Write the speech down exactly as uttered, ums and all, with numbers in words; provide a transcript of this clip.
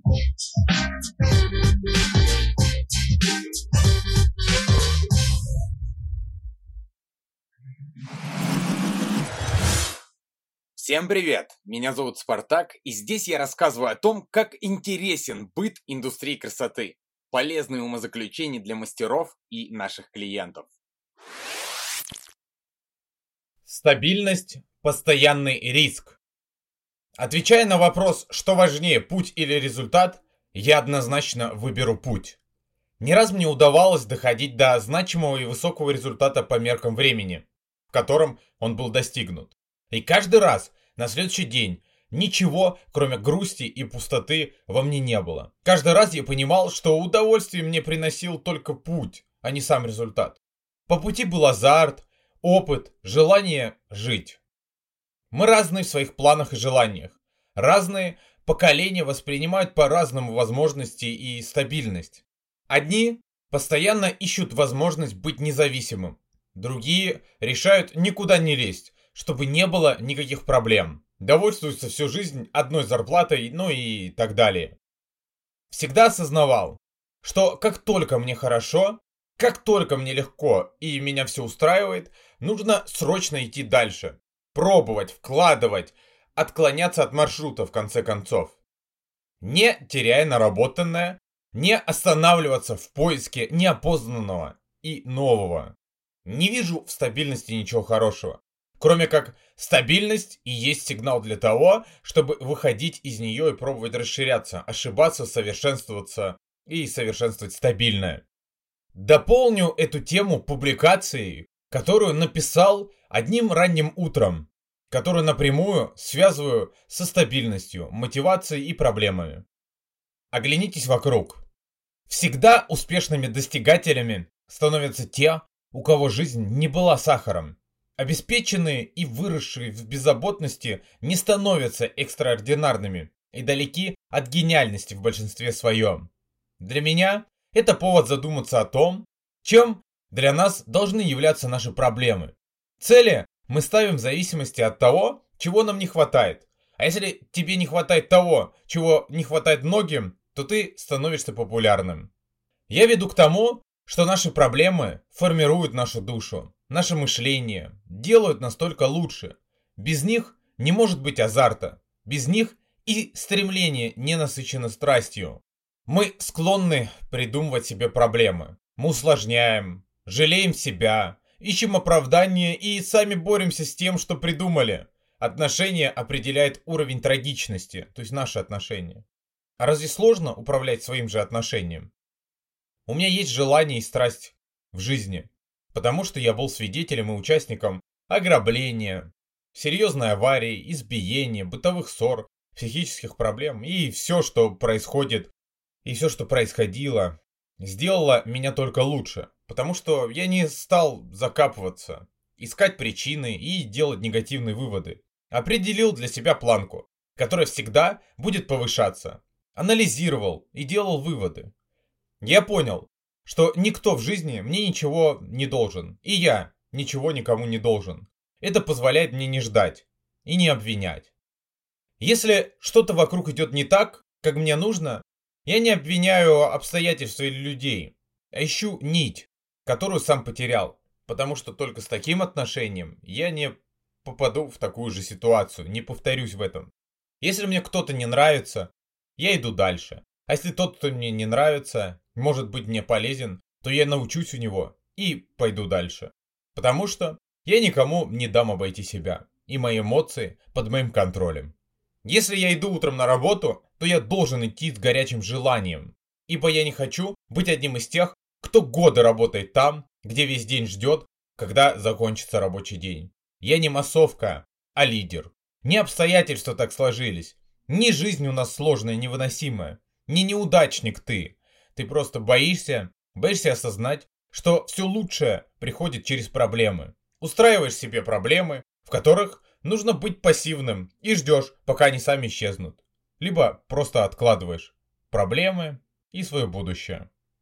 Всем привет! Меня зовут Спартак, и здесь я рассказываю о том, как интересен быт индустрии красоты, полезные умозаключения для мастеров и наших клиентов. Стабильность – постоянный риск. Отвечая на вопрос, что важнее, путь или результат, я однозначно выберу путь. Не раз мне удавалось доходить до значимого и высокого результата по меркам времени, в котором он был достигнут. И каждый раз на следующий день ничего, кроме грусти и пустоты, во мне не было. Каждый раз я понимал, что удовольствие мне приносил только путь, а не сам результат. По пути был азарт, опыт, желание жить. Мы разные в своих планах и желаниях. Разные поколения воспринимают по-разному возможности и стабильность. Одни постоянно ищут возможность быть независимым. Другие решают никуда не лезть, чтобы не было никаких проблем. Довольствуются всю жизнь одной зарплатой, ну и так далее. Всегда осознавал, что как только мне хорошо, как только мне легко и меня все устраивает, нужно срочно идти дальше. Пробовать, вкладывать, отклоняться от маршрута в конце концов. Не теряя наработанное, не останавливаться в поиске неопознанного и нового. Не вижу в стабильности ничего хорошего. Кроме как стабильность и есть сигнал для того, чтобы выходить из нее и пробовать расширяться, ошибаться, совершенствоваться и совершенствовать стабильное. Дополню эту тему публикацией, которую написал одним ранним утром, которую напрямую связываю со стабильностью, мотивацией и проблемами. Оглянитесь вокруг. Всегда успешными достигателями становятся те, у кого жизнь не была сахаром. Обеспеченные и выросшие в беззаботности не становятся экстраординарными и далеки от гениальности в большинстве своем. Для меня это повод задуматься о том, чем для нас должны являться наши проблемы. Цели мы ставим в зависимости от того, чего нам не хватает. А если тебе не хватает того, чего не хватает многим, то ты становишься популярным. Я веду к тому, что наши проблемы формируют нашу душу, наше мышление, делают нас только лучше. Без них не может быть азарта. Без них и стремление не насыщено страстью. Мы склонны придумывать себе проблемы. Мы усложняем, жалеем себя, ищем оправдания и сами боремся с тем, что придумали. Отношение определяет уровень трагичности, то есть наши отношения. А разве сложно управлять своим же отношением? У меня есть желание и страсть в жизни, потому что я был свидетелем и участником ограбления, серьезной аварии, избиения, бытовых ссор, психических проблем и все, что происходит, и все, что происходило, сделало меня только лучше, потому что я не стал закапываться, искать причины и делать негативные выводы. Определил для себя планку, которая всегда будет повышаться, анализировал и делал выводы. Я понял, что никто в жизни мне ничего не должен, и я ничего никому не должен. Это позволяет мне не ждать и не обвинять. Если что-то вокруг идет не так, как мне нужно, я не обвиняю обстоятельства или людей, а ищу нить, которую сам потерял, потому что только с таким отношением я не попаду в такую же ситуацию, не повторюсь в этом. Если мне кто-то не нравится, я иду дальше. А если тот, кто мне не нравится, может быть мне полезен, то я научусь у него и пойду дальше. Потому что я никому не дам обойти себя, и мои эмоции под моим контролем. Если я иду утром на работу, то я должен идти с горячим желанием, ибо я не хочу быть одним из тех, кто годы работает там, где весь день ждет, когда закончится рабочий день. Я не массовка, а лидер. Не обстоятельства так сложились, не жизнь у нас сложная, невыносимая. Не неудачник ты. Ты просто боишься, боишься осознать, что все лучшее приходит через проблемы. Устраиваешь себе проблемы, в которых нужно быть пассивным и ждешь, пока они сами исчезнут. Либо просто откладываешь проблемы и свое будущее.